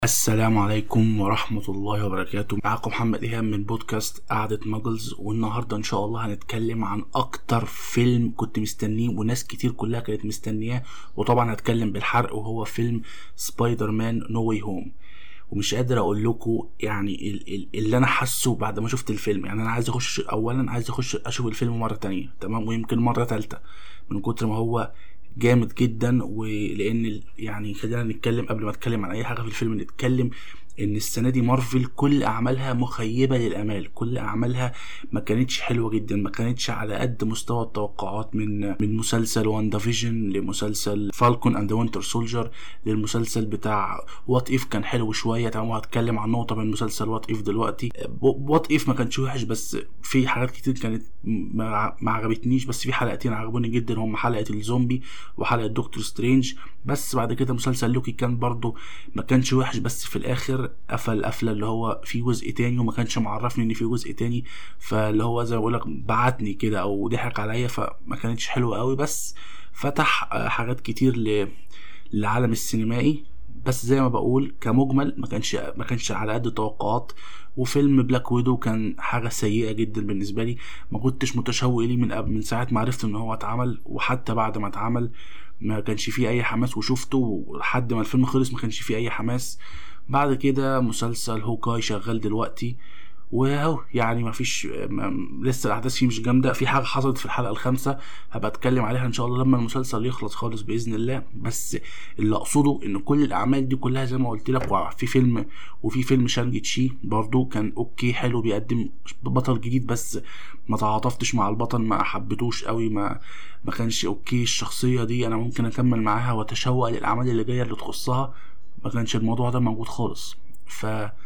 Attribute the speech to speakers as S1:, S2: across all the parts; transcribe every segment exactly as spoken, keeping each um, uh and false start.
S1: السلام عليكم ورحمة الله وبركاته. معكم محمد إيهاب من بودكاست قعدة ماجلز، والنهاردة إن شاء الله هنتكلم عن أكتر فيلم كنت مستنيه وناس كتير كلها كانت مستنياه، وطبعا هتكلم بالحرق، وهو فيلم سبايدر مان نو واي هوم. ومش قادر اقول لكم يعني ال- ال- اللي انا حاسه بعد ما شفت الفيلم. يعني انا عايز اخش اولا عايز اخش اشوف الفيلم مرة تانية، تمام، ويمكن مرة تالتة من كتر ما هو جامد جدا. ولان ال- يعني خلينا نتكلم قبل ما اتكلم عن اي حاجة في الفيلم، نتكلم ان السنة دي مارفل كل اعمالها مخيبة للامال، كل اعمالها ما كانتش حلوة جدا، ما كانتش على قد مستوى التوقعات. من من مسلسل واندا فيجن لمسلسل فالكون اند وينتر سولجر للمسلسل بتاع وات اف كان حلو شويه، تمام، وهتكلم عن نقطه من مسلسل وات اف دلوقتي. وات اف ما كانش وحش، بس في حاجات كتير كانت ما ما عجبتنيش، بس في حلقتين عجبوني جدا، هم حلقه الزومبي وحلقه دكتور سترينج. بس بعد كده مسلسل لوكي كان برضو ما كانش وحش، بس في الاخر قفل قفله اللي هو في جزء تاني، وما كانش معرفني ان في جزء تاني، فاللي هو زي ما بقول لك بعتني كده او ضحك عليا، فما كانتش حلوه قوي. بس فتح آه، حاجات كتير ل للعالم السينمائي. بس زي ما بقول كمجمل ما كانش ما كانش على قد التوقعات. وفيلم بلاك ويدو كان حاجه سيئه جدا بالنسبه لي، ما كنتش متشوق ليه من قبل، من ساعه ما عرفت ان هو اتعمل، وحتى بعد ما اتعمل ما كانش فيه اي حماس، وشفته لحد ما الفيلم خلص ما كانش فيه اي حماس. بعد كده مسلسل هوكاي شغال دلوقتي، واهو يعني ما فيش ما لسه الاحداث فيه مش جامده. في حاجه حصلت في الحلقه الخامسه هبقى اتكلم عليها ان شاء الله لما المسلسل يخلص خالص باذن الله. بس اللي اقصده ان كل الاعمال دي كلها زي ما قلت لك، وفي فيلم وفي فيلم شانج تشي برضو كان اوكي حلو، بيقدم بطل جديد، بس ما تعاطفتش مع البطل، ما حبيتوش قوي، ما ما كانش اوكي الشخصيه دي انا ممكن اكمل معاها واتشوق للاعمال اللي جايه اللي تخصها. ما كانش الموضوع ده موجود خالص. ف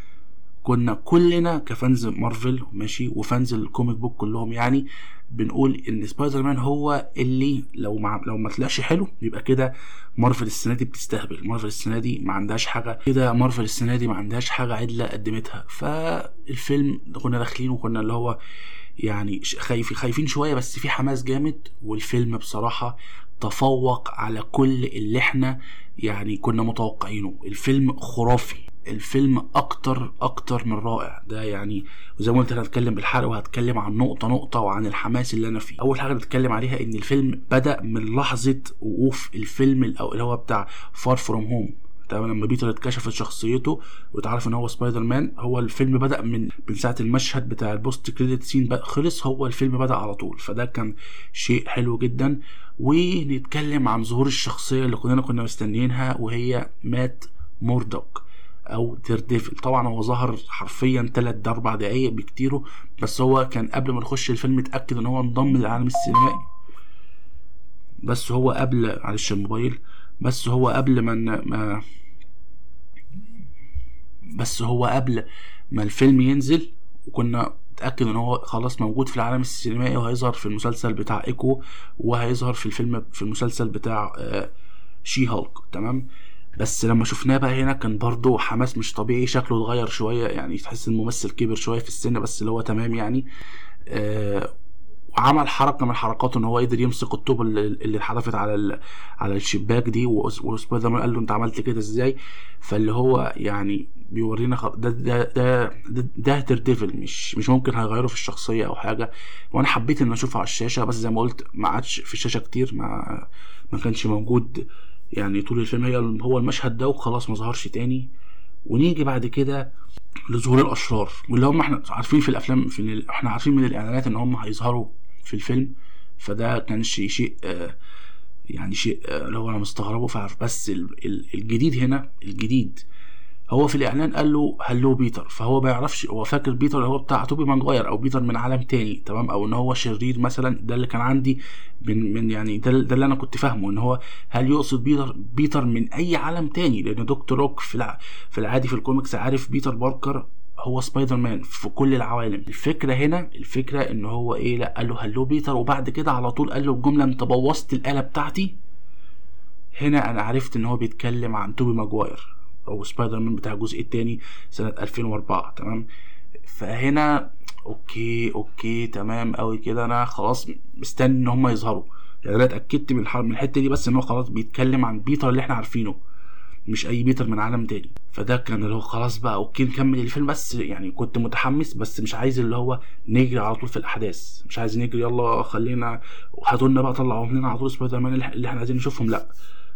S1: كنا كلنا كفانز مارفل ماشي وفانز الكوميك بوك كلهم يعني بنقول ان سبايدر مان هو اللي لو ما لو ما طلعش حلو يبقى كده مارفل السنه دي بتستهبل، مارفل السنه دي ما عندهاش حاجه كده، مارفل السنه دي ما عندهاش حاجه عدله قدمتها. فالفيلم كنا داخلين وكنا اللي هو يعني خايف خايفين شويه، بس في حماس جامد. والفيلم بصراحه تفوق على كل اللي احنا يعني كنا متوقعينه. الفيلم خرافي، الفيلم اكتر اكتر من رائع ده يعني. وزي ما قلت انا هتكلم بالحرق وهتكلم عن نقطه نقطه وعن الحماس اللي انا فيه. اول حاجه نتكلم عليها ان الفيلم بدا من لحظه وقوف الفيلم اللي هو بتاع فار فروم هوم، تمام، لما بيتر اتكشفت شخصيته وتعرف ان هو سبايدر مان. هو الفيلم بدا من من ساعه المشهد بتاع البوست كريدت سين خلص، هو الفيلم بدا على طول، فده كان شيء حلو جدا. ونتكلم عن ظهور الشخصيه اللي كلنا كنا مستنيينها، وهي مات موردوك او دير ديفل. طبعا هو ظهر حرفيا تلات اربع دقايق بكتيره، بس هو كان قبل ما نخش الفيلم اتاكد ان هو انضم للعالم السينمائي. بس هو قبل معلش الموبايل بس هو قبل ما ما بس هو قبل ما الفيلم ينزل، وكنا اتاكد ان هو خلاص موجود في العالم السينمائي، وهيظهر في المسلسل بتاع ايكو، وهيظهر في الفيلم في المسلسل بتاع آه شي هالك، تمام. بس لما شفناه بقى هنا كان برضو حماس مش طبيعي، شكله اتغير شويه، يعني تحس الممثل كبر شويه في السن، بس اللي هو تمام يعني. آه وعمل حركه من حركاته ان هو قدر يمسك الطوب اللي اللي اتحدفت على ال... على الشباك دي، وسبايدر مان قال له انت عملت كده ازاي. فاللي هو يعني بيورينا خل... ده ده ده ده, ده دير ديفل، مش مش ممكن هيغيره في الشخصيه او حاجه. وانا حبيت ان اشوفه على الشاشه، بس زي ما قلت ما عادش في الشاشه كتير، ما ما كانش موجود يعني طول الفيلم. هي هو المشهد ده وخلاص ما ظهرش تاني. ونيجي بعد كده لظهور الاشرار، واللي هم احنا عارفين في الافلام في ال... احنا عارفين من الاعلانات ان هم هيظهروا في الفيلم. فده كان شيء شيء آه يعني شيء آه اللي هو انا مستغربه. فعرف بس ال... ال... الجديد هنا الجديد هو في الاعلان قال له هلو بيتر، فهو ما يعرفش، هو فاكر بيتر اللي هو بتاع توبي ماجواير او بيتر من عالم تاني، تمام، او ان هو شرير مثلا. ده اللي كان عندي من من يعني ده, ده اللي انا كنت فاهمه، ان هو هل يقصد بيتر بيتر من اي عالم تاني، لان دكتور روك في الع... في العادي في الكوميكس عارف بيتر باركر هو سبايدر مان في كل العوالم. الفكره هنا الفكره ان هو ايه، لا قال له هلو بيتر، وبعد كده على طول قال له الجمله انت بوظت الاله بتاعتي. هنا انا عرفت ان هو بيتكلم عن توبي ماجواير او سبايدر مان بتاع الجزء الثاني سنه ألفين وأربعة، تمام. فهنا اوكي اوكي تمام قوي كده، انا خلاص مستني ان هم يظهروا. يعني انا اتاكدت من من الحته دي، بس ان هو خلاص بيتكلم عن بيتر اللي احنا عارفينه. مش اي بيتر من عالم تاني. فده كان اللي هو خلاص بقى اوكي نكمل الفيلم، بس يعني كنت متحمس بس مش عايز اللي هو نجري على طول في الاحداث، مش عايز نجري يلا خلينا هاتوا لنا بقى طلعوا لنا على طول سبايدر مان اللي احنا عايزين نشوفهم. لا،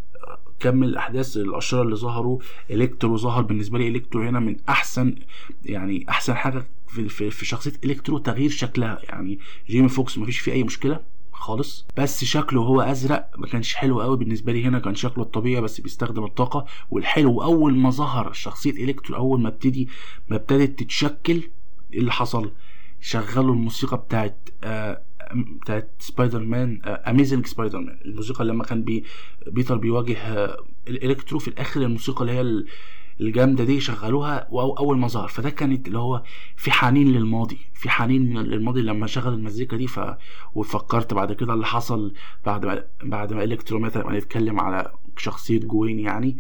S1: كمل الاحداث. الاشرار اللي ظهروا، الكترو ظهر، بالنسبه لي الكترو هنا من احسن يعني احسن حاجه في في, في شخصيه الكترو، تغيير شكلها. يعني جيمي فوكس مفيش فيه اي مشكله خالص، بس شكله هو ازرق ما كانش حلو قوي بالنسبه لي. هنا كان شكله الطبيعي بس بيستخدم الطاقه. والحلو اول ما ظهر شخصيه الكترو، اول ما ابتدي ما ابتدت تتشكل، اللي حصل شغلوا الموسيقى بتاعت آه بتاعت سبايدر مان، اميزنج سبايدر مان، الموسيقى لما كان بي بيتر بيواجه آه الالكترو في الاخر، الموسيقى اللي هي الجامده دي شغلوها اول ما ظهر. فده كانت اللي هو في حنين للماضي، في حنين من الماضي لما شغل المزيكا دي. ف وفكرت بعد كده اللي حصل بعد ما بعد ما الكترو مات، لما نتكلم على شخصيه جوين يعني،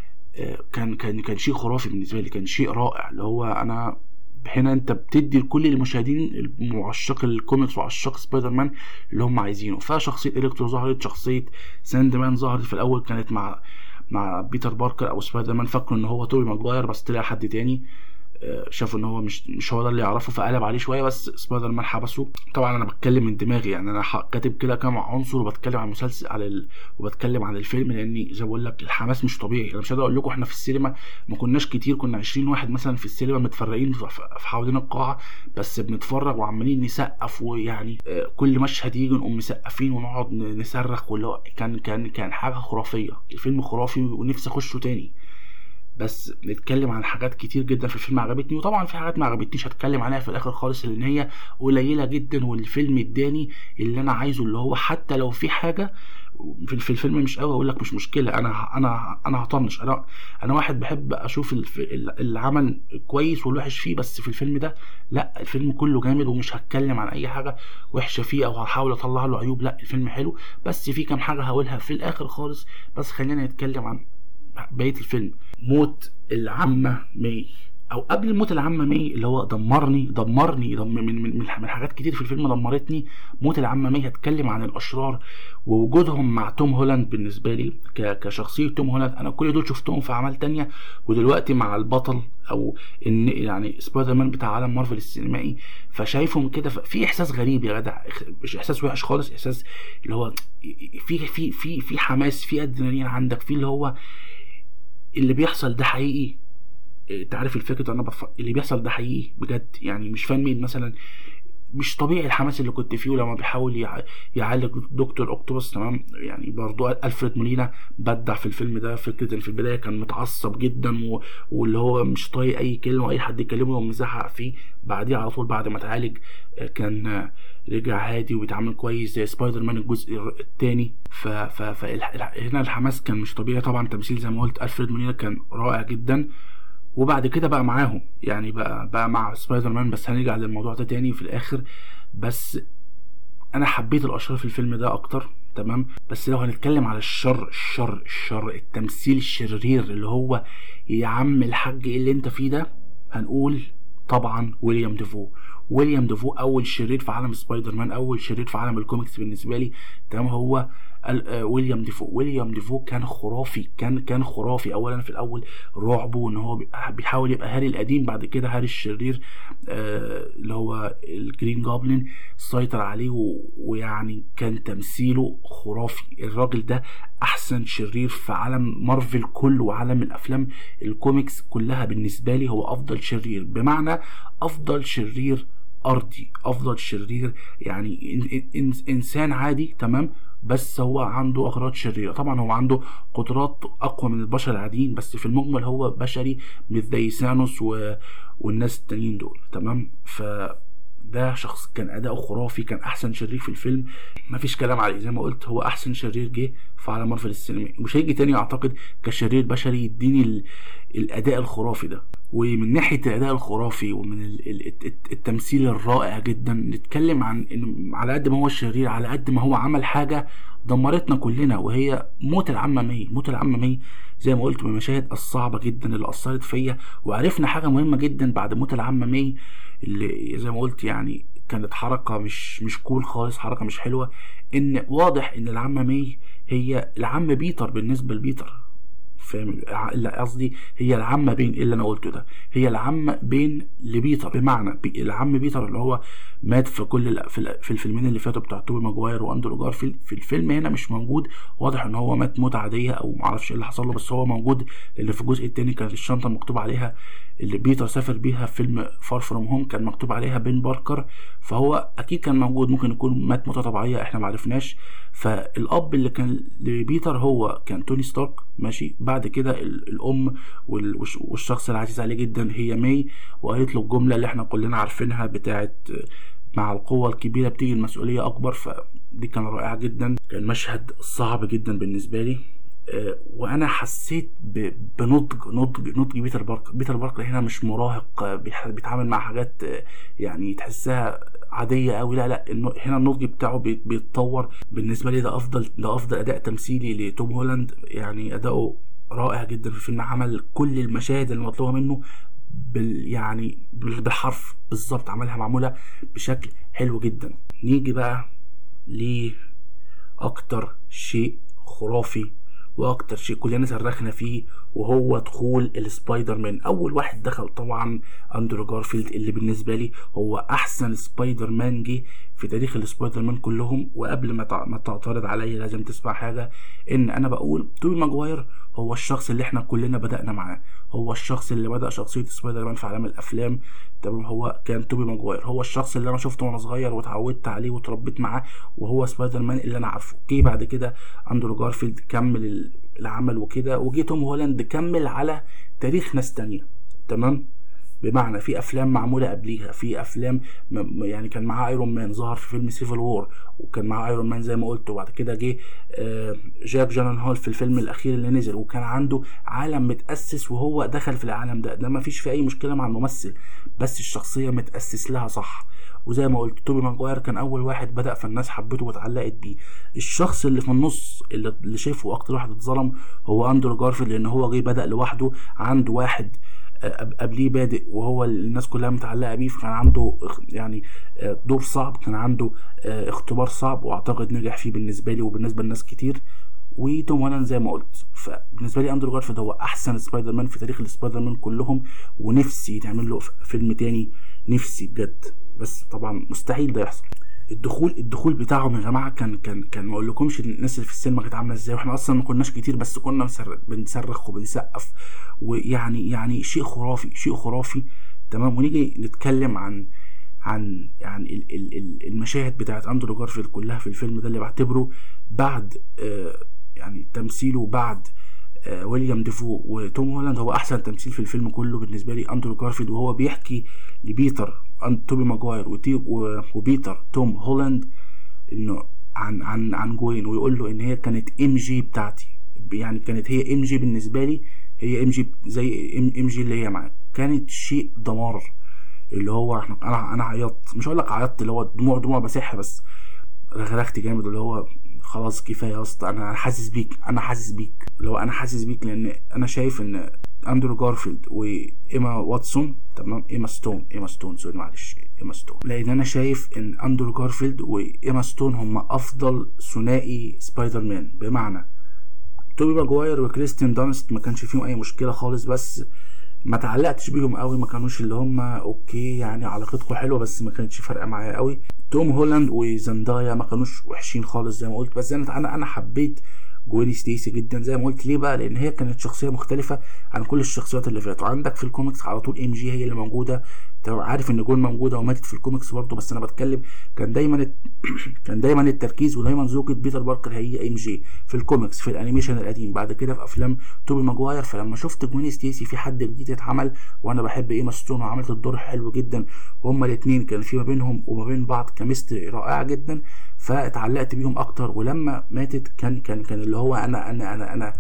S1: كان كان كان شيء خرافي بالنسبه لي، كان شيء رائع. اللي هو انا هنا انت بتدي لكل المشاهدين معشق الكوميكس وعشاق سبايدر مان اللي هم عايزينه. فشخصيه الكترو ظهرت، شخصيه ساند مان ظهرت. في الاول كانت مع مع بيتر باركر او سبايدر مان، فاكروا ان هو توبي ماجواير، بس طلع حد تاني. شافوا ان هو مش مش هو ده اللي يعرفه، فقلب عليه شويه، بس سبايدر مان حبسه. طبعا انا بتكلم من دماغي يعني، انا كاتب كده كام عنصر وبتكلم عن المسلسل على ال... وبتكلم عن الفيلم، لاني زي ما بقول لك الحماس مش طبيعي. انا مش هقدر اقول لكم احنا في السينما ما كناش كتير، كنا عشرين واحد مثلا في السينما متفرقين في حوالين القاعه، بس بنتفرج وعمالين نسقف، ويعني كل مشهد يجي نقوم مسقفين ونقعد نصرخ. واللي كان كان كان حاجه خرافيه، الفيلم خرافي ونفسي اخشه تاني. بس نتكلم عن حاجات كتير جدا في الفيلم عجبتني، وطبعا في حاجات ما عجبتنيش هتكلم عليها في الاخر خالص، لان هي قليله جدا. والفيلم اداني اللي انا عايزه، اللي هو حتى لو في حاجه في الفيلم مش قوي اقول لك مش مشكله، انا انا انا هطنش. انا انا واحد بحب اشوف العمل كويس والوحش فيه، بس في الفيلم ده لا، الفيلم كله جامد ومش هتكلم عن اي حاجه وحشه فيه او هحاول اطلع له عيوب. لا، الفيلم حلو، بس في كام حاجه هقولها في الاخر خالص. بس خلينا نتكلم عن بقية الفيلم. موت العمة مي، او قبل الموت العمة مي اللي هو دمرني دمرني دم من, من, من حاجات كتير في الفيلم دمرتني. موت العمة مي هتكلم عن الاشرار ووجودهم مع توم هولاند. بالنسبة لي كشخصية توم هولاند، انا كل دول شفتهم في اعمال تانية، ودلوقتي مع البطل او ان يعني سبايدر مان بتاع عالم مارفل السينمائي، فشايفهم كده في احساس غريب يا جدع، مش احساس وحش خالص، احساس اللي هو في في في في حماس، في ادرينالين عندك، في اللي هو اللي بيحصل ده حقيقي. تعرف الفكرة، انا بف... اللي بيحصل ده حقيقي بجد يعني، مش فان ميد مثلا. مش طبيعي الحماس اللي كنت فيه لما بيحاول يع... يعالج دكتور اوكتوبس. تمام يعني، برضو الفريد مولينا بدع في الفيلم ده. فكرة ان في البداية كان متعصب جدا و... واللي هو مش طايق اي كلمة واي حد يكلمه ومزعق فيه، بعديه على طول بعد ما اتعالج كان رجع هادي وبيتعامل كويس زي سبايدر مان الجزء الثاني. ف... ف... ف... هنا الحماس كان مش طبيعي. طبعا تمثيل زي ما قلت الفريد مولينا كان رائع جدا. وبعد كده بقى معاهم يعني بقى بقى مع سبايدر مان، بس هنرجع للموضوع ده تاني في الاخر. بس انا حبيت الاشرار في الفيلم ده اكتر. تمام، بس لو هنتكلم على الشر الشر الشر التمثيل الشرير اللي هو يا عم الحاج ايه اللي انت فيه ده، هنقول طبعا ويليام ديفو. ويليام ديفو اول شرير في عالم سبايدر مان، اول شرير في عالم الكوميكس بالنسبه لي. تمام، هو ويليام ديفو. ويليام ديفو كان خرافي، كان كان خرافي. اولا في الاول رعبه ان هو بيحاول يبقى هاري القديم، بعد كده هاري الشرير آه اللي هو الجرين جوبلin سيطر عليه، ويعني كان تمثيله خرافي. الراجل ده احسن شرير في عالم مارفل كله وعالم الافلام الكوميكس كلها. بالنسبه لي هو افضل شرير، بمعنى افضل شرير ارضي، افضل شرير يعني انسان عادي. تمام، بس هو عنده اغراض شريره. طبعا هو عنده قدرات اقوى من البشر العاديين، بس في المجمل هو بشري مش زي ثانوس و... والناس التانيين دول. تمام، ف ده شخص كان اداؤه خرافي، كان احسن شرير في الفيلم، مفيش كلام عليه. زي ما قلت هو احسن شرير جه في عالم مارفل السينمائي، مش هيجي تاني اعتقد كشرير بشري يديني ال... الاداء الخرافي ده. ومن ناحيه الاداء الخرافي ومن ال... التمثيل الرائع جدا، نتكلم عن انه على قد ما هو الشرير على قد ما هو عمل حاجه دمرتنا كلنا، وهي موت العمة مي. موت العمة مي زي ما قلت من المشاهد الصعبه جدا اللي اثرت فيا. وعرفنا حاجه مهمه جدا بعد موت العمة مي، اللي زي ما قلت يعني كانت حركه مش مش كول خالص، حركه مش حلوه. ان واضح ان العمة مي هي العم بيتر بالنسبه لبيتر. فاهم؟ لا قصدي هي العمه بين اللي انا قلته ده، هي العمه بين لبيتر، بمعنى العم بيتر اللي هو مات في كل في الفيلمين اللي فاتوا بتاع توبي ماجواير واندرو جارفيلد. في الفيلم هنا مش موجود، واضح ان هو مات موت عاديه او معرفش ايه اللي حصل له، بس هو موجود لان في الجزء الثاني كانت الشنطه مكتوب عليها اللي بيتر سافر بيها في فيلم فار فروم هوم كان مكتوب عليها بين باركر، فهو اكيد كان موجود، ممكن يكون مات موته طبيعيه احنا معرفناش. فالاب اللي كان لبيتر هو كان توني ستارك ماشي. بعد كده الام والشخص العزيز عليه جدا هي ماي، وقالت له الجمله اللي احنا كلنا عارفينها بتاعت مع القوه الكبيره بتيجي المسؤوليه اكبر. فدي كان رائعه جدا، كان مشهد صعب جدا بالنسبه لي. أه وانا حسيت بنضج نضج نضج بيتر باركر. بيتر باركر هنا مش مراهق بيتعامل مع حاجات يعني تحسها عاديه قوي، لا لا هنا النضج بتاعه بيتطور. بالنسبه لي ده افضل ده افضل اداء تمثيلي لتوم هولاند، يعني اداؤه رائع جدا في الفيلم، عمل كل المشاهد اللي مطلوبه منه بال يعني بالحرف بالظبط، عملها معموله بشكل حلو جدا. نيجي بقى لاكتر شيء خرافي واكتر شيء كلنا صرخنا فيه، وهو دخول السبايدر مان. اول واحد دخل طبعا اندرو جارفيلد، اللي بالنسبه لي هو احسن سبايدر مان جه في تاريخ السبايدر مان كلهم. وقبل ما ما تعترض عليا لازم تسمع حاجه، ان انا بقول توبي ماجواير هو الشخص اللي احنا كلنا بدأنا معاه، هو الشخص اللي بدأ شخصيه سبايدر مان في عالم الافلام، تمام؟ هو كان توبي ماجواير، هو الشخص اللي انا شفته وانا صغير واتعودت عليه وتربيت معاه، وهو سبايدر مان اللي انا عارفه. جه بعد كده اندرو جارفيلد كمل العمل وكده، وجه توم هولاند كمل على تاريخ ناس تانية، تمام؟ بمعنى في افلام معموله قبليها، في افلام يعني كان معاه ايرون مان ظهر في فيلم سيفل وور، وكان معاه ايرون مان زي ما قلت، وبعد كده جه جاك جيلنهال في الفيلم الاخير اللي نزل، وكان عنده عالم متاسس وهو دخل في العالم ده. ده ما فيش فيه اي مشكله مع الممثل، بس الشخصيه متاسس لها صح. وزي ما قلت توبي ماجواير كان اول واحد بدأ، فالناس حبته واتعلقت بيه. الشخص اللي في النص اللي شايفه اكتر واحد اتظلم هو اندرو جارفيلد، لان هو جه بدأ لوحده، عنده واحد قبليه بادئ وهو الناس كلها متعلقه بيه، فكان عنده يعني دور صعب، كان عنده اختبار صعب، واعتقد نجح فيه بالنسبه لي وبالنسبه لناس كتير. وتوم هولاند زي ما قلت، فبالنسبه لي اندرو جارفيلد هو احسن سبايدر مان في تاريخ السبايدر مان كلهم، ونفسي يتعمل له فيلم تاني، نفسي بجد، بس طبعا مستحيل ده يحصل. الدخول الدخول بتاعهم يا جماعه كان كان كان ما اقولكمش الناس اللي في السينما كانت عامله ازاي، واحنا اصلا ما كناش كتير بس كنا بنصرخ وبنسقف، ويعني يعني شيء خرافي شيء خرافي تمام. ونيجي نتكلم عن عن يعني المشاهد بتاعت اندرو جارفيلد كلها في الفيلم ده، اللي بعتبره بعد آه يعني تمثيله بعد آه ويليام ديفو وتوم هولاند هو احسن تمثيل في الفيلم كله بالنسبه لي. اندرو جارفيلد وهو بيحكي لبيتر توبي ماجواير وبيتر توم هولاند انه عن عن عن جوين، ويقول له ان هي كانت ام جي بتاعتي، يعني كانت هي ام جي بالنسبه لي، هي ام جي زي ام جي اللي هي معاك. كانت شيء دمار، اللي هو انا انا عيطت، مش هقول لك عيطت اللي هو دموع دموع مساحه، بس رغرغت جامد، اللي هو خلاص كفايه يا اسطى، انا حاسس بيك انا حاسس بيك اللي هو انا حاسس بيك لان انا شايف ان اندرو جارفيلد وايما واتسون، تمام؟ ايما ستون ايما ستون سوري معلش ايما ستون لان انا شايف ان اندرو جارفيلد وايما ستون هم افضل ثنائي سبايدر مان. بمعنى توبي ماجواير وكريستين دانست ما كانش فيهم اي مشكله خالص، بس ما تعلقتش بيهم قوي، ما كانوش اللي هم اوكي يعني علاقتكم حلوه، بس ما كانتش فارقه معايا قوي. توم هولاند وزندايا ما كانوش وحشين خالص زي ما قلت، بس انا انا انا حبيت جوين ستيسي جدا زي ما قلت. ليه بقى؟ لان هي كانت شخصيه مختلفه عن كل الشخصيات اللي فاتوا. عندك في الكوميكس على طول ام جي هي اللي موجوده، عارف ان جون موجوده وماتت في الكوميكس برضه، بس انا بتكلم كان دايما كان دايما التركيز ودايما زوجة بيتر باركر هي ام جي في الكوميكس في الانيميشن القديم، بعد كده في افلام توبي ماجواير. فلما شفت جوين ستيسي في حد جديد اتعمل، وانا بحب ايما ستون وعملت الدور حلو جدا، وهما الاثنين كان في ما بينهم وما بين بعض كيمستري رائعه جدا، فاتعلقت بيهم اكتر. ولما ماتت كان كان كان اللي هو انا انا انا انا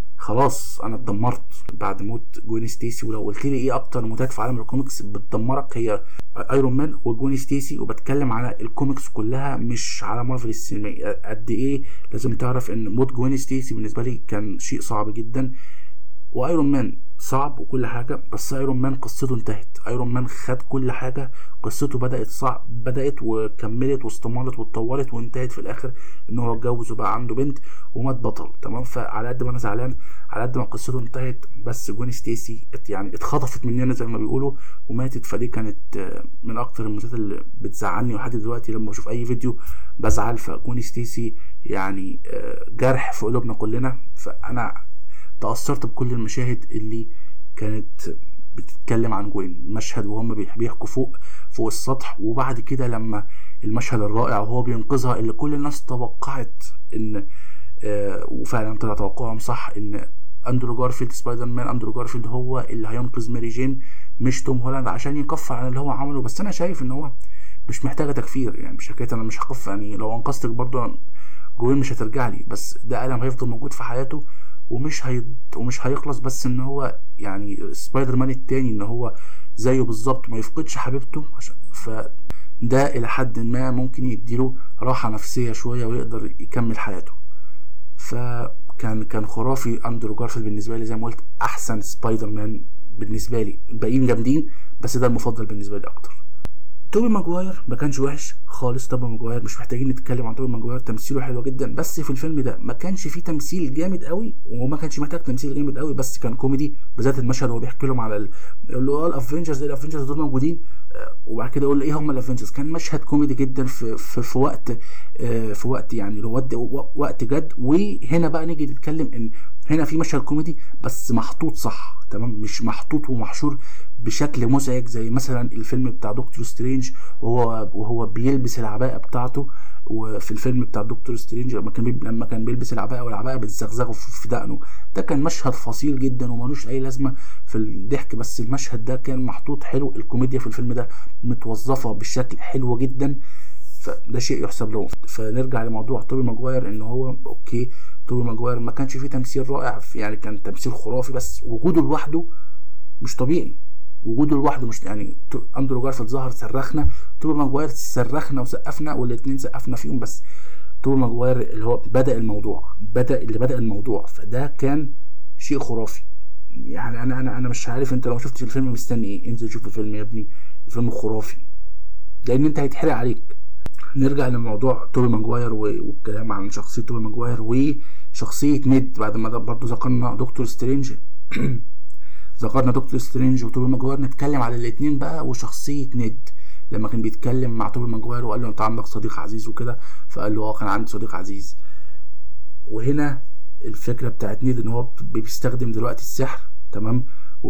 S1: خلاص انا اتدمرت بعد موت جوين ستيسي. ولو قلت لي ايه اكتر موتات في عالم الكوميكس بتدمرك، هي ايرون مان وجوين ستيسي. وبتكلم على الكوميكس كلها مش على مارفل السينمائي. قد ايه لازم تعرف ان موت جوين ستيسي بالنسبه لي كان شيء صعب جدا، وايرون مان صعب وكل حاجه، بس ايرون مان قصته انتهت. ايرون مان خد كل حاجه، قصته بدات صعب بدات وكملت واستمرت واتطورت وانتهت في الاخر ان هو اتجوز وبقى عنده بنت ومات بطل. تمام. فعلى قد ما انا زعلان على قد ما قصته انتهت، بس جوين ستيسي يعني اتخطفت مننا زي ما بيقولوا وماتت. فدي كانت من اكتر الموتات اللي بتزعلني، لحد دلوقتي لما بشوف اي فيديو بزعل. فجوين ستيسي يعني جرح في قلوبنا كلنا. فانا تأثرت بكل المشاهد اللي كانت بتتكلم عن جوين. مشهد وهم بيحكوا فوق فوق السطح، وبعد كده لما المشهد الرائع وهو بينقذها اللي كل الناس توقعت ان آه وفعلا طلع توقعهم صح، ان اندرو جارفيلد سبايدر مان اندرو جارفيلد هو اللي هينقذ ماري جين مش توم هولاند عشان يكفر عن اللي هو عمله. بس انا شايف ان هو مش محتاجه تكفير، يعني مش حكايه انا مش هكفر، يعني لو انقذتك برضه جوين مش هترجع لي، بس ده ألم هيفضل موجود في حياته ومش هي ومش هيخلص. بس ان هو يعني سبايدر مان التاني ان هو زيه بالظبط ما يفقدش حبيبته، عشان فده الى حد ما ممكن يديله راحه نفسيه شويه ويقدر يكمل حياته. فكان كان خرافي اندرو جارفيلد بالنسبه لي، زي ما قلت احسن سبايدر مان بالنسبه لي. الباقيين جامدين بس ده المفضل بالنسبه لي اكتر. توبي ماجواير ما كانش وحش خالص. توبي ماجواير مش محتاجين نتكلم عن توبي ماجواير، تمثيله حلو جدا. بس في الفيلم ده ما كانش فيه تمثيل جامد قوي، وما كانش محتاج تمثيل جامد قوي، بس كان كوميدي. بالذات المشهد وهو بيحكي لهم على ال... يقول له اه الافنجرز الافنجرز دول موجودين، وبعد كده يقول له ايه هم الافنجرز. كان مشهد كوميدي جدا في في, في وقت في وقت يعني لو وقت جد. وهنا بقى نيجي نتكلم ان هنا في مشهد كوميدي بس محطوط صح. تمام. مش محطوط ومحشور بشكل مزعج زي مثلا الفيلم بتاع دكتور سترينج وهو وهو بيلبس العباءه بتاعته. وفي الفيلم بتاع دكتور سترينج لما كان لما كان بيلبس العباءه والعباءه بتزغزغه في دقنه، ده كان مشهد فصيل جدا ومالوش اي لازمه في الضحك، بس المشهد ده كان محطوط حلو. الكوميديا في الفيلم ده متوظفه بشكل حلو جدا، فده شيء يحسب له. فنرجع لموضوع توبي ماجواير ان هو اوكي توبي ماجواير ما كانش فيه تمثيل رائع، يعني كان تمثيل خرافي بس وجوده لوحده مش طبيعي. وجوده لوحده مش يعني اندرو جارفيلد ظهر صرخنا، توبي ماجواير صرخنا وسقفنا والاثنين سقفنا فيهم. بس توبي ماجواير اللي هو بدأ الموضوع بدأ اللي بدأ الموضوع فده كان شيء خرافي. يعني انا انا انا مش عارف انت لو شفتش الفيلم مستني ايه. انزل شوف الفيلم يا ابني، الفيلم خرافي لان انت هيتحرق عليك. نرجع لموضوع توبي ماجواير والكلام عن شخصيه توبي ماجواير وشخصيه نيد. بعد ما برضو ذكرنا دكتور سترينج ذكرنا دكتور سترينج وتوبي ماجواير، نتكلم على الاثنين بقى. وشخصيه نيد لما كان بيتكلم مع توبي ماجواير وقال له انت عندك صديق عزيز وكده، فقال له اه كان عندي صديق عزيز. وهنا الفكره بتاعت نيد ان هو بيستخدم دلوقتي السحر. تمام.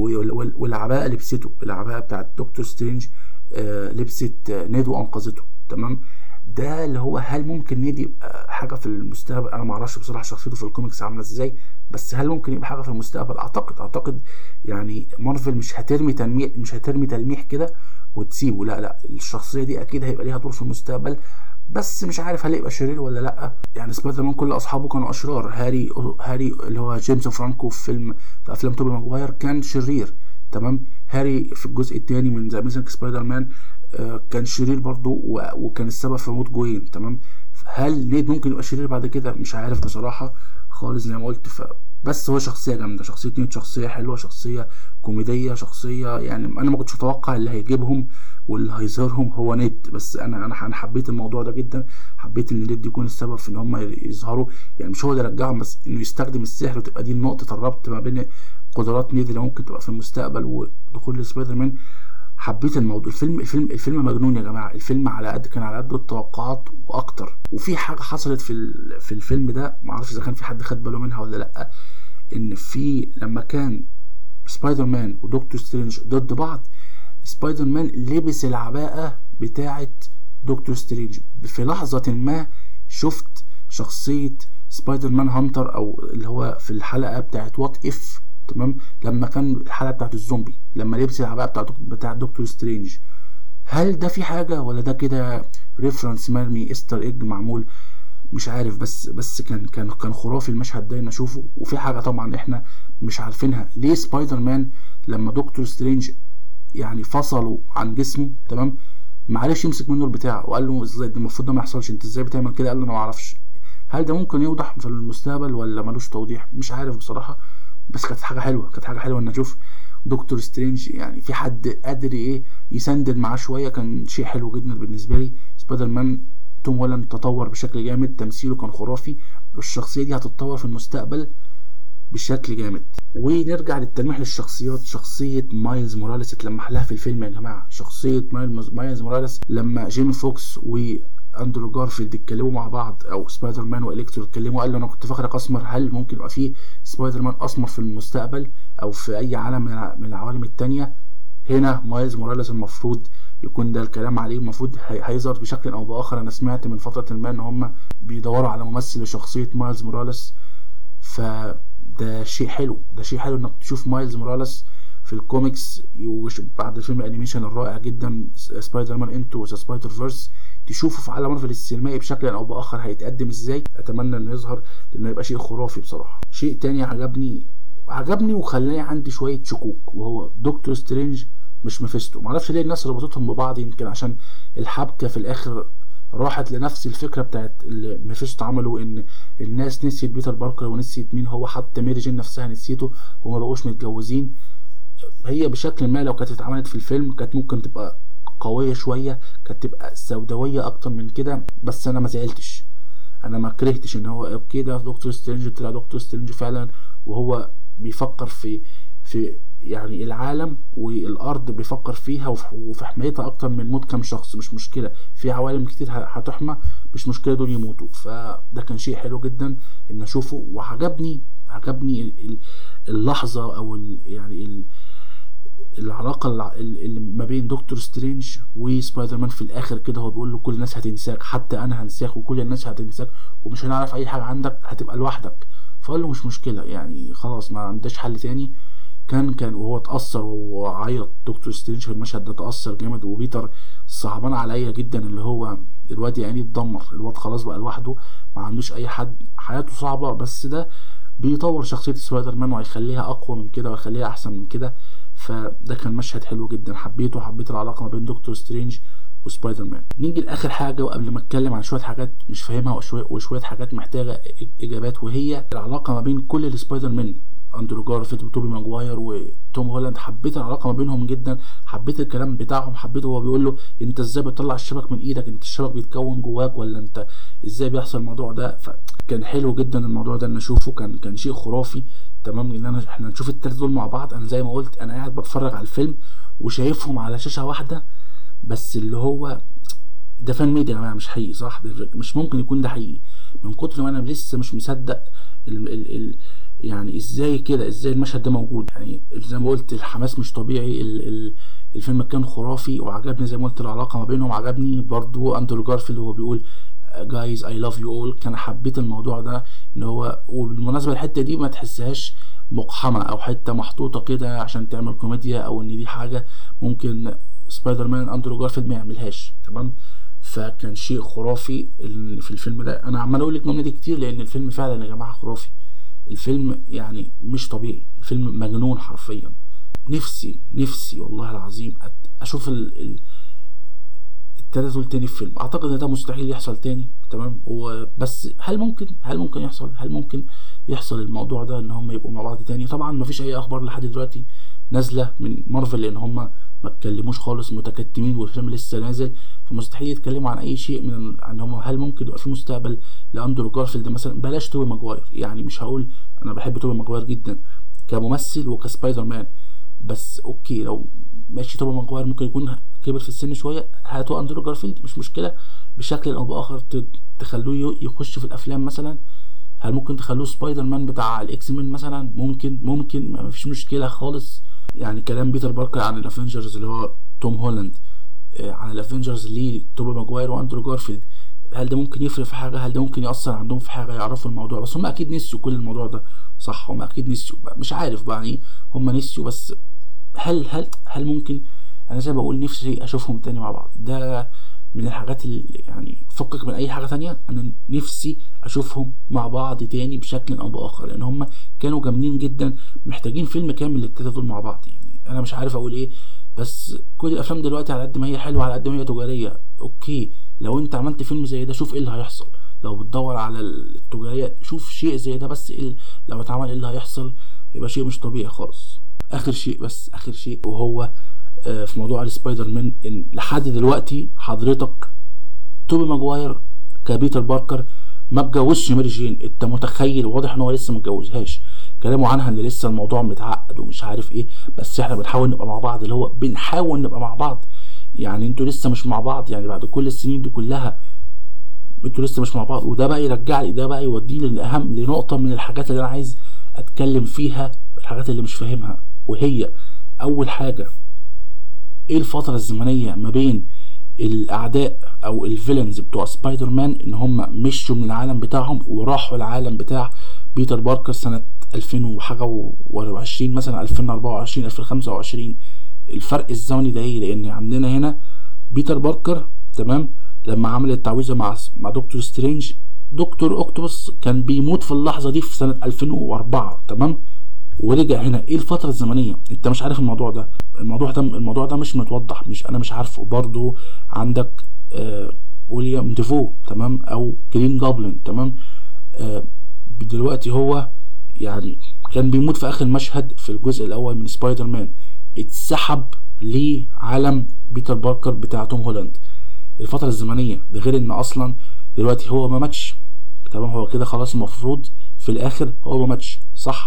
S1: والعباءه لبسته العباءه بتاعت دكتور سترينج آه لبست نيد وانقذته. تمام. ده اللي هو هل ممكن نيد يبقى حاجه في المستقبل؟ انا ما اعرفش بصراحه شخصيته في الكوميكس عامله ازاي، بس هل ممكن يبقى حاجه في المستقبل؟ اعتقد اعتقد يعني مارفل مش هترمي تلميح مش هترمي تلميح كده وتسيبه. لا لا الشخصيه دي اكيد هيبقى ليها دور في المستقبل، بس مش عارف هل يبقى شرير ولا لا. يعني سبايدر مان كل اصحابه كانوا اشرار. هاري هاري اللي هو جيمس فرانكو في فيلم في افلام توبي ماجواير كان شرير. تمام. هاري في الجزء الثاني من ذا أميزنج سبايدر مان آه كان شرير برضو وكان السبب في موت جوين. تمام. هل نيد ممكن يبقى شرير بعد كده؟ مش عارف بصراحه خالص زي ما قلت. ف بس هو شخصيه جامده. شخصيه نيد شخصيه حلوه، شخصيه كوميديه، شخصيه يعني انا ما كنتش متوقع اللي هيجيبهم واللي هيظهرهم هو نيد. بس انا انا انا حبيت الموضوع ده جدا. حبيت ان نيد يكون السبب في ان هم يظهروا، يعني مش هو اللي رجعهم بس انه يستخدم السحر وتبقى دي نقطه الربط ما بين قدرات نيد اللي ممكن تبقى في المستقبل ودخول سبايدر مان. حبيت الموضوع. الفيلم الفيلم الفيلم مجنون يا جماعه. الفيلم على قد كان على قد التوقعات واكتر. وفي حاجه حصلت في في الفيلم ده ما اعرفش اذا كان في حد خد باله منها ولا لا، ان في لما كان سبايدر مان ودكتور سترينج ضد بعض، سبايدر مان لبس العباءه بتاعه دكتور سترينج. في لحظه ما شفت شخصيه سبايدر مان هانتر او اللي هو في الحلقه بتاعه وات اف. تمام. لما كان الحلقه بتاعت الزومبي لما لبس العباءه بتاعت بتاع دكتور سترينج. هل ده في حاجه ولا ده كده ريفرنس مرمي استر ايج معمول؟ مش عارف. بس بس كان كان كان خرافي المشهد ده نشوفه. وفي حاجه طبعا احنا مش عارفينها، ليه سبايدر مان لما دكتور سترينج يعني فصلوا عن جسمه تمام معلش يمسك منه البتاع وقال له ازاي ده المفروض ده ما يحصلش، انت ازاي بتعمل كده؟ قال له انا ما اعرفش. هل ده ممكن يوضح في المستقبل ولا ملوش توضيح؟ مش عارف بصراحه. بس كانت حاجه حلوه، كانت حاجه حلوه ان اشوف دكتور سترينج يعني في حد قادر ايه يسندل معاه شويه، كان شيء حلو جدا بالنسبه لي. سبايدر مان توم هولاند تطور بشكل جامد، تمثيله كان خرافي، والشخصيه دي هتتطور في المستقبل بشكل جامد. ونرجع للتلميح للشخصيات. شخصيه مايلز موراليس اتلمح لها في الفيلم يا جماعه. شخصيه مايلز موراليس لما جيمي فوكس واندرو جارفيلد اتكلموا مع بعض، او سبايدر مان والكترو اتكلموا، قال له انا كنت فاكرك اسمر، هل ممكن يبقى فيه سبايدر مان اسمر في المستقبل او في اي عالم من العوالم التانية؟ هنا مايلز موراليس المفروض يكون ده الكلام عليه، المفروض هيظهر بشكل او باخر. انا سمعت من فتره ما ان هم بيدوروا على ممثل لشخصيه مايلز موراليس، فده شيء حلو، ده شيء حلو انك تشوف مايلز موراليس في الكوميكس بعد فيلم الانيميشن الرائع جدا سبايدر مان انتو ذا سبايدر فيرس، تشوفه في عالم مارفل السينمائي بشكل او باخر هيتقدم ازاي. اتمنى انه يظهر لانه يبقى شيء خرافي بصراحه. شيء تاني عجبني عجبني وخلاني عندي شويه شكوك، وهو دكتور سترينج مش ميفيستو. معرفش ليه الناس ربطتهم ببعض، يمكن عشان الحبكه في الاخر راحت لنفس الفكره بتاعت اللي ميفيستو عمله، ان الناس نسيت بيتر باركر ونسيت مين هو، حتى ميري جين نفسها نسيته وما بقوش متجوزين. هي بشكل ما لو كانت اتعملت في الفيلم كانت ممكن تبقى قويه شويه، كانت تبقى سوداويه اكتر من كده، بس انا ما زعلتش، انا ما كرهتش ان هو اوكي ده دكتور سترينج، طلع دكتور سترينج فعلا وهو بيفكر في في يعني العالم والارض بيفكر فيها وفي حمايتها اكتر من موت كام شخص. مش مشكله، في عوالم كتير هتحمى، مش مشكله دول يموتوا. فده كان شيء حلو جدا ان اشوفه. وعجبني عجبني اللحظه او يعني العلاقه اللي ما بين دكتور سترينج وسبايدر مان في الاخر كده. هو بيقول له كل الناس هتنساك، حتى انا هنساك وكل الناس هتنساك ومش هنعرف اي حاجه عندك، هتبقى لوحدك. فقال له مش مشكله يعني خلاص ما عندش حل تاني. كان كان وهو اتأثر وعيط دكتور سترينج في المشهد ده، تأثر جامد. وبيتر صعبان عليا جدا اللي هو الواد يعني اتدمر، الواد خلاص بقى لوحده ما عندوش اي حد، حياته صعبة. بس ده بيطور شخصية سبايدر مان وهيخليها اقوى من كده وهيخليها احسن من كده. فده كان مشهد حلو جدا، حبيته حبيت العلاقة ما بين دكتور سترينج وسبايدر مان. نيجي لاخر حاجة وقبل ما اتكلم عن شوية حاجات مش فاهمها وشوية, وشوية حاجات محتاجة اجابات، وهي العلاقة ما بين كل السبايدر مان، اندرو جارفيلد وتوبي ماجواير وتوم هولاند. حبيت العلاقه ما بينهم جدا، حبيت الكلام بتاعهم، حبيت هو بيقول له انت ازاي بتطلع الشبك من ايدك، انت الشبك بيتكون جواك ولا انت ازاي بيحصل الموضوع ده. فكان حلو جدا الموضوع ده ان اشوفه، كان كان شيء خرافي تمام ان انا احنا نشوف الثلاثه دول مع بعض. انا زي ما قلت انا قاعد بتفرج على الفيلم وشايفهم على شاشه واحده، بس اللي هو ده فان ميديا يا جماعه مش حقيقي صح، ده مش ممكن يكون ده حقيقي من كتر ما انا لسه مش مصدق ال ال ال يعني ازاي كده، ازاي المشهد ده موجود. يعني زي ما قلت الحماس مش طبيعي، ال ال الفيلم كان خرافي وعجبني زي ما قلت العلاقه ما بينهم. عجبني برضو اندرو جارفيلد وهو بيقول جايز اي لاف يو اول، كان حبيت الموضوع ده ان هو. وبالمناسبه الحته دي ما تحسهاش مقحمه او حته محطوطه كده عشان تعمل كوميديا، او ان دي حاجه ممكن سبايدر مان اندرو جارفيلد ما يعملهاش تمام. فكان شيء خرافي في الفيلم ده. انا عمال اقول الجمله دي كتير لان الفيلم فعلا يا جماعه خرافي، الفيلم يعني مش طبيعي، الفيلم مجنون حرفيا. نفسي نفسي والله العظيم اشوف ال ال التلاتة دول تاني في فيلم. اعتقد ان ده مستحيل يحصل تاني تمام، وبس هل ممكن هل ممكن يحصل هل ممكن يحصل الموضوع ده ان هم يبقوا مع بعض تاني؟ طبعا مفيش اي اخبار لحد دلوقتي نازله من مارفل لان هم ما اتكلموش خالص، متكتمين والفيلم لسه نازل، فمستحيل يتكلموا عن اي شيء من عن هم هل ممكن يبقى في مستقبل لاندرو جارفيلد مثلا. بلاش توبي ماجواير، يعني مش هقول انا بحب توبي ماجواير جدا كممثل وكسبايدر مان، بس اوكي لو ماشي توبي ماجواير ممكن يكون كبر في السن شويه، هاتوا اندرو جارفيلد مش مشكله بشكل او باخر، تخلوه يخش في الافلام مثلا. هل ممكن تخلوه سبايدر مان بتاع الاكس مان مثلا؟ ممكن ممكن ما فيش مشكله خالص. يعني كلام بيتر باركر عن الافنجرز اللي هو توم هولاند آه عن الافنجرز ليه توبي ماجواير واندرو جارفيلد، هل ده ممكن يفرق في حاجه؟ هل ده ممكن ياثر عندهم في حاجه يعرفوا الموضوع؟ بس هم اكيد نسيوا كل الموضوع ده صح، هم اكيد نسيوا، مش عارف بقى يعني هم نسيوا. بس هل هل هل ممكن؟ انا زي ما بقول نفسي اشوفهم تاني مع بعض. ده من الحاجات اللي يعني فكك من اي حاجه تانية، انا نفسي اشوفهم مع بعض تاني بشكل او باخر لان هم كانوا جامدين جدا. محتاجين فيلم كامل للتلاته دول مع بعض. يعني انا مش عارف اقول ايه، بس كل الافلام دلوقتي على قد ما هي حلوه على قد ما هي تجاريه. اوكي لو انت عملت فيلم زي ده شوف ايه اللي هيحصل، لو بتدور على التجاريه شوف شيء زي ده بس إيه لو اتعمل ايه اللي هيحصل. يبقى شيء مش طبيعي خالص. اخر شيء بس اخر شيء وهو آه في موضوع السبايدر مان، ان لحد دلوقتي حضرتك توبي ماجواير كبيتر باركر ما اتجوزش ماري جين. انت متخيل؟ واضح ان هو لسه ما اتجوزهاش. كلامه عنها ان لسه الموضوع متعقد ومش عارف ايه، بس احنا بنحاول نبقى مع بعض، اللي هو بنحاول نبقى مع بعض. يعني انتوا لسه مش مع بعض، يعني بعد كل السنين دي كلها انتوا لسه مش مع بعض. وده بقى يرجع لي ده بقى يوديني لاهم لنقطه من الحاجات اللي انا عايز اتكلم فيها، الحاجات اللي مش فاهمها. وهي اول حاجه، ايه الفتره الزمنيه ما بين الاعداء او الفيلنز بتوع سبايدر مان ان هم مشوا من العالم بتاعهم وراحوا العالم بتاع بيتر باركر سنه ألفين وحاجه وعشرين، مثلا ألفين وأربعة وعشرين ألفين وخمسة وعشرين. الفرق الزمني ده ايه؟ لان عندنا هنا بيتر باركر تمام لما عمل التعويذه مع مع دكتور سترينج، دكتور اوكتوبس كان بيموت في اللحظه دي في سنه ألفين وأربعة تمام، ورجع هنا. ايه الفتره الزمنيه؟ انت مش عارف الموضوع ده الموضوع ده الموضوع ده مش متوضح، مش انا مش عارفه. برضو عندك آه ويليام ديفو تمام او جرين جوبلin تمام. آه دلوقتي هو يعني كان بيموت في اخر مشهد في الجزء الاول من سبايدر مان، اتسحب لعالم بيتر باركر بتاع توم هولاند. الفتره الزمنيه ده غير ان اصلا دلوقتي هو ما ماتش تمام، هو كده خلاص المفروض في الاخر هو ما ماتش صح.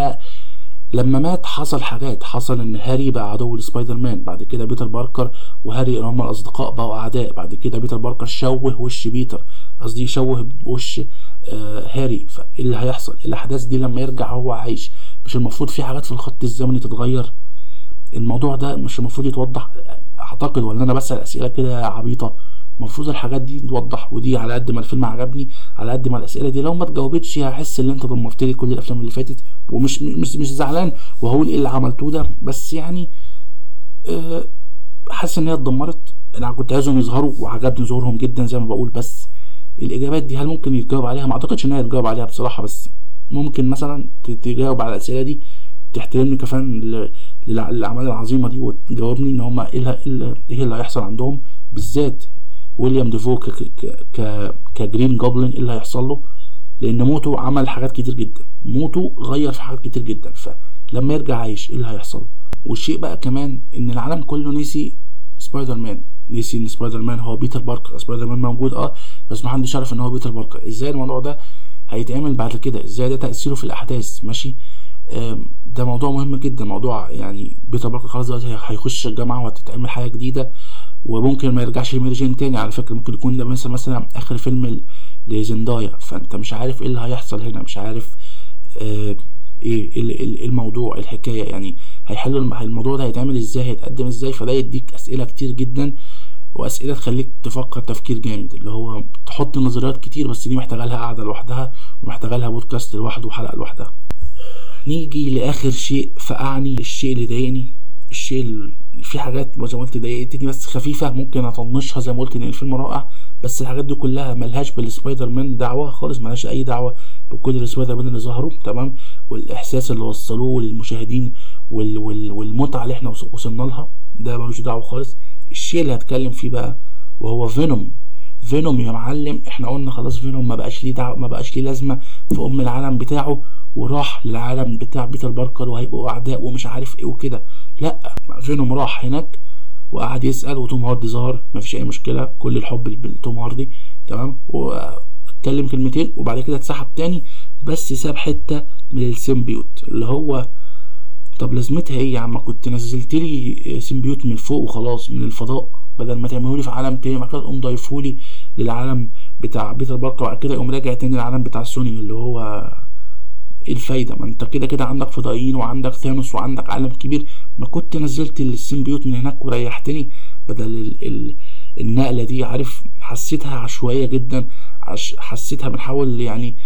S1: فلما مات حصل حاجات، حصل ان هاري بقى عدو لسبايدر مان، بعد كده بيتر باركر وهاري اللي هم الاصدقاء بقوا اعداء، بعد كده بيتر باركر شوه وش بيتر قصدي يشوه وش آه هاري. فايه اللي هيحصل؟ الاحداث دي لما يرجع هو عايش، مش المفروض في حاجات في الخط الزمني تتغير؟ الموضوع ده مش المفروض يتوضح اعتقد؟ ولا انا بسأل اسئله كده عبيطه؟ المفروض الحاجات دي توضح. ودي على قد ما الفيلم عجبني، على قد ما الاسئله دي لو ما تجاوبتش هحس ان انت دمرت لي كل الافلام اللي فاتت. ومش مش مش زعلان وهقول ايه اللي عملتوه ده، بس يعني أه حاسس ان هي اتدمرت. انا كنت عايزهم يظهروا وعجبني ظهورهم جدا زي ما بقول، بس الاجابات دي هل ممكن يتجاوب عليها؟ ما اعتقدش ان هي يتجاوب عليها بصراحه، بس ممكن مثلا تجاوب على الاسئله دي، تحترمني كفان للاعمال العظيمه دي، وتجاوبني ان هم ايه ايه اللي هيحصل عندهم، بالذات ويليام ديفو ك ك ك كجرين جوبلin ايه اللي هيحصل له. لان موته عمل حاجات كتير جدا، موته غير في حاجات كتير جدا، فلما يرجع عايش ايه اللي هيحصل. والشيء بقى كمان ان العالم كله نسي سبايدر مان، نسي ان سبايدر مان هو بيتر باركر. سبايدر مان موجود اه بس ما حدش عارف ان هو بيتر باركر. ازاي الموضوع ده هيتعمل بعد كده؟ ازاي ده تاثيره في الاحداث؟ ماشي، ده موضوع مهم جدا. موضوع يعني بيتر باركر خلاص دلوقتي هيخش الجامعه وهتتعمل حاجه جديده، وممكن ما يرجعش لميري جين تاني على فكره. ممكن يكون ده مثلا مثلا اخر فيلم لزندايا، فانت مش عارف ايه اللي هيحصل هنا، مش عارف آه ايه الموضوع الحكايه، يعني هيحلوا الموضوع ده هيتعمل ازاي، هيتقدم ازاي. فده يديك اسئله كتير جدا، واسئله تخليك تفكر تفكير جامد، اللي هو تحط نظريات كتير، بس دي محتاجه لها قعده لوحدها ومحتاجه لها بودكاست لوحده وحلقه لوحدها. نيجي لاخر شيء فقعني، الشيء اللي ضايقني، الشيء اللي في حاجات زي ما قلت ضايقتني بس خفيفه ممكن اطنشها زي ما قلت ان الفيلم رائع، بس الحاجات دي كلها ملهاش بالسبايدر مان دعوه خالص، ملهاش اي دعوه بكل السبايدر مان اللي ظهروا تمام، والاحساس اللي وصلوه للمشاهدين وال وال والمتعه اللي احنا وصلنا لها، ده ملوش دعوه خالص. الشيء اللي هتكلم فيه بقى وهو فينوم. فينوم يا معلم، احنا قلنا خلاص فينوم ما بقاش ليه دعوه، ما بقاش ليه لازمه في ام العالم بتاعه، وراح للعالم بتاع بيتر باركر وهيبقوا اعداء ومش عارف ايه وكده. لا، فينوم راح هناك وقعد يسال، وتوم هاردي ظهر، مفيش اي مشكله، كل الحب بتوم هاردي تمام، واتكلم كلمتين وبعد كده اتسحب تاني، بس ساب حته من السيمبيوت اللي هو طب لازمتها ايه يا عم؟ كنت نزلت لي سيمبيوت من فوق وخلاص من الفضاء، بدل ما تعملوا لي في عالم تاني بعد كده تقوم ضايفوا لي للعالم بتاع بيتر باركر، وبعد كده يقوم راجع تاني للعالم بتاع سوني اللي هو ايه الفايده؟ ما انت كده كده عندك فضائيين وعندك ثانوس وعندك عالم كبير، ما كنت نزلت السيمبيوت من هناك وريحتني بدل ال ال النقله دي. عارف، حسيتها عشوائيه جدا، عش حسيتها بنحاول يعني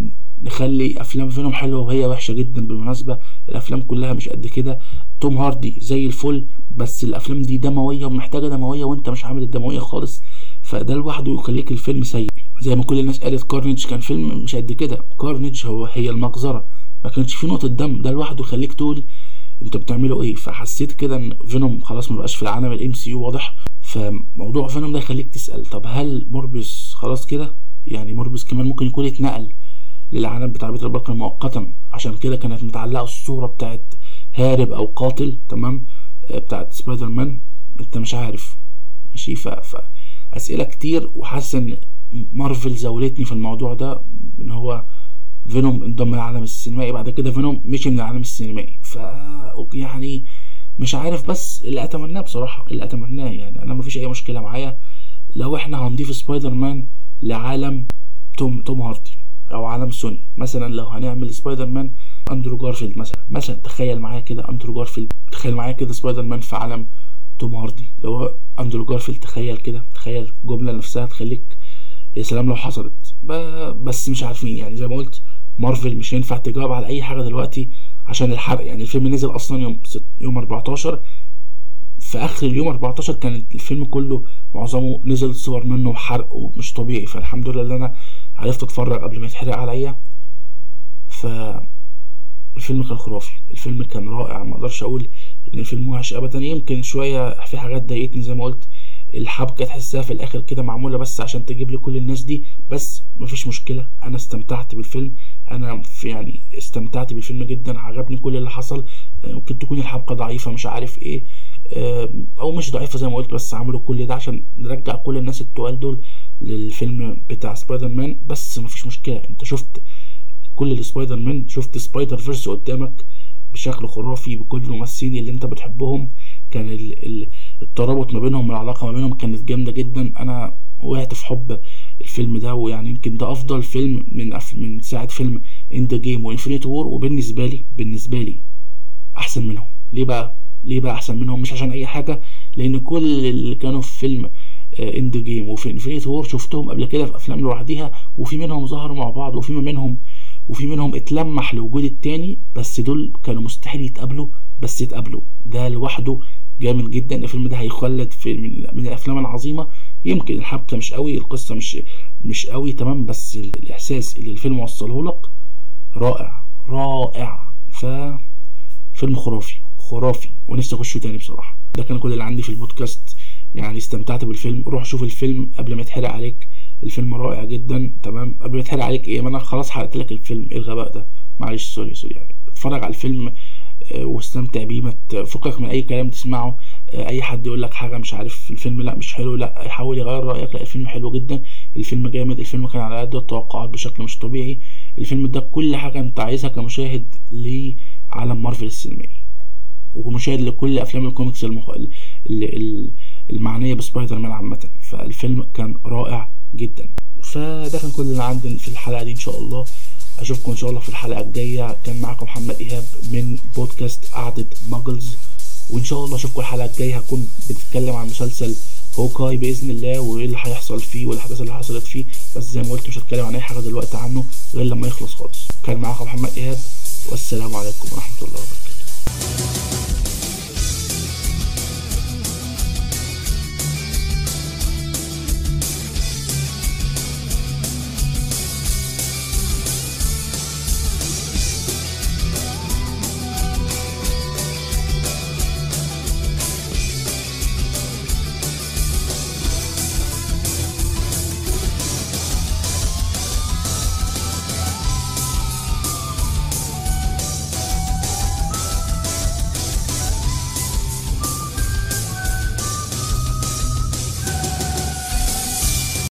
S1: نخلي افلام فينوم حلوه وهي وحشه جدا. بالمناسبه الافلام كلها مش قد كده، توم هاردي زي الفل بس الافلام دي دمويه ومحتاجه دمويه وانت مش عامل الدمويه خالص، فده لوحده يخليك الفيلم سيء. زي ما كل الناس قالت كارنيج كان فيلم مش قد كده، كارنيج هو هي المجزره، ما كانش فيه نقطه دم، ده لوحده يخليك تقول انتوا بتعملوا ايه. فحسيت كده ان فينوم خلاص ما بقاش في العالم الام سي يو واضح، فموضوع فينوم ده يخليك تسال طب هل موربيوس خلاص كده؟ يعني موربيوس كمان ممكن يكون اتنقل للعالم بتاع بيتر باركر مؤقتا، عشان كده كانت متعلقه الصوره بتاعت هارب او قاتل، تمام، بتاعت سبايدر مان، انت مش عارف ماشي. ف... ف اسئله كتير، وحاسس ان مارفل زولتني في الموضوع ده، ان هو فينوم انضم للعالم السينمائي، بعد كده فينوم مشي من العالم السينمائي. ف يعني مش عارف، بس اللي اتمناه بصراحه اللي اتمناه يعني انا مفيش اي مشكله معايا لو احنا هنضيف سبايدر مان لعالم توم توم هاردي او عالم سوني. مثلا لو هنعمل سبايدر مان اندرو جارفيلد مثلا مثلا تخيل معايا كده اندرو جارفيلد، تخيل معايا كده سبايدر مان في عالم توم هاردي. لو اندرو جارفيلد، تخيل كده، تخيل جمله نفسها تخليك يا سلام لو حصلت. بس مش عارفين يعني، زي ما قلت مارفل مش هينفع تجاوب على اي حاجه دلوقتي عشان الحرق. يعني الفيلم نزل اصلا يوم يوم اربعتاشر، في اخر اليوم اربعتاشر كان الفيلم كله معظمه نزل صور منه وحرق ومش طبيعي. فالحمد لله ان انا عرفت اتفرج قبل ما يتحرق عليا. ف الفيلم كان خرافي، الفيلم كان رائع، ما اقدرش اقول ان الفيلم وحش ابدا. يمكن شويه في حاجات ضايقتني زي ما قلت، الحبكه تحسها في الاخر كده معموله بس عشان تجيب لي كل الناس دي، بس مفيش مشكله، انا استمتعت بالفيلم. انا في يعني استمتعت بالفيلم جدا، عجبني كل اللي حصل. ممكن تكون الحبكه ضعيفه مش عارف ايه، او مش ضعيفه زي ما قلت، بس عملوا كل ده عشان نرجع كل الناس التقال دول للفيلم بتاع سبايدر مان. بس مفيش مشكله، انت شفت كل السبايدر مان، شفت سبايدر فيرس قدامك بشكل خرافي بكل الممثلين اللي انت بتحبهم. كان ال ال الترابط ما بينهم، العلاقه ما بينهم كانت جامده جدا. انا وقعت في حب الفيلم ده، ويعني يمكن ده افضل فيلم من من ساعه فيلم اند جيم وانفينيتي وور، وبالنسبه لي بالنسبه لي احسن منهم. ليه بقى ليه بقى احسن منهم؟ مش عشان اي حاجه، لان كل اللي كانوا في فيلم اند جيم وفي انفينيتي وور شفتهم قبل كده في افلام لوحديها، وفي منهم ظهروا مع بعض، وفي منهم وفي منهم اتلمح لوجود التاني، بس دول كانوا مستحيل يتقابلوا، بس اتقابلوا. ده لوحده جامد جدا. الفيلم ده هيخلد في من الافلام العظيمه. يمكن الحبكه مش قوي، القصه مش مش قوي تمام، بس الاحساس اللي الفيلم وصله لك رائع رائع. ف فيلم خرافي خرافي، ونفسي اخشه تاني بصراحه. ده كان كل اللي عندي في البودكاست، يعني استمتعت بالفيلم. روح شوف الفيلم قبل ما يتحرق عليك، الفيلم رائع جدا، تمام. قبل ما يتحرق عليك ايه، ما انا خلاص حرقت لك الفيلم، ايه الغباء ده، معلش سوري سوري يعني. اتفرج على الفيلم واستمتع بيه، ما تفكك من اي كلام تسمعه. اي حد يقول لك حاجه مش عارف الفيلم لا مش حلو، لا يحاول يغير رايك، لا الفيلم حلو جدا، الفيلم جامد، الفيلم كان على قد التوقعات بشكل مش طبيعي. الفيلم ده كل حاجه انت عايزها كمشاهد لعالم مارفل السينمائي، ومشاهد لكل افلام الكوميكس المخ... المعنيه بسبايدر مان عامه. فالفيلم كان رائع جدا. فده كان كل اللي عندي في الحلقه دي. ان شاء الله اشوفكم ان شاء الله في الحلقه الجايه. كان معكم محمد ايهاب من بودكاست قعده ماجلز، وان شاء الله اشوفكم الحلقه الجايه هكون بتتكلم عن مسلسل هوكاي باذن الله، وايه اللي هيحصل فيه والاحداث اللي حصلت فيه. بس زي ما قلت مش هتكلم عن اي حاجه دلوقتي عنه غير لما يخلص خالص. كان معكم محمد ايهاب، والسلام عليكم ورحمه الله وبركاته.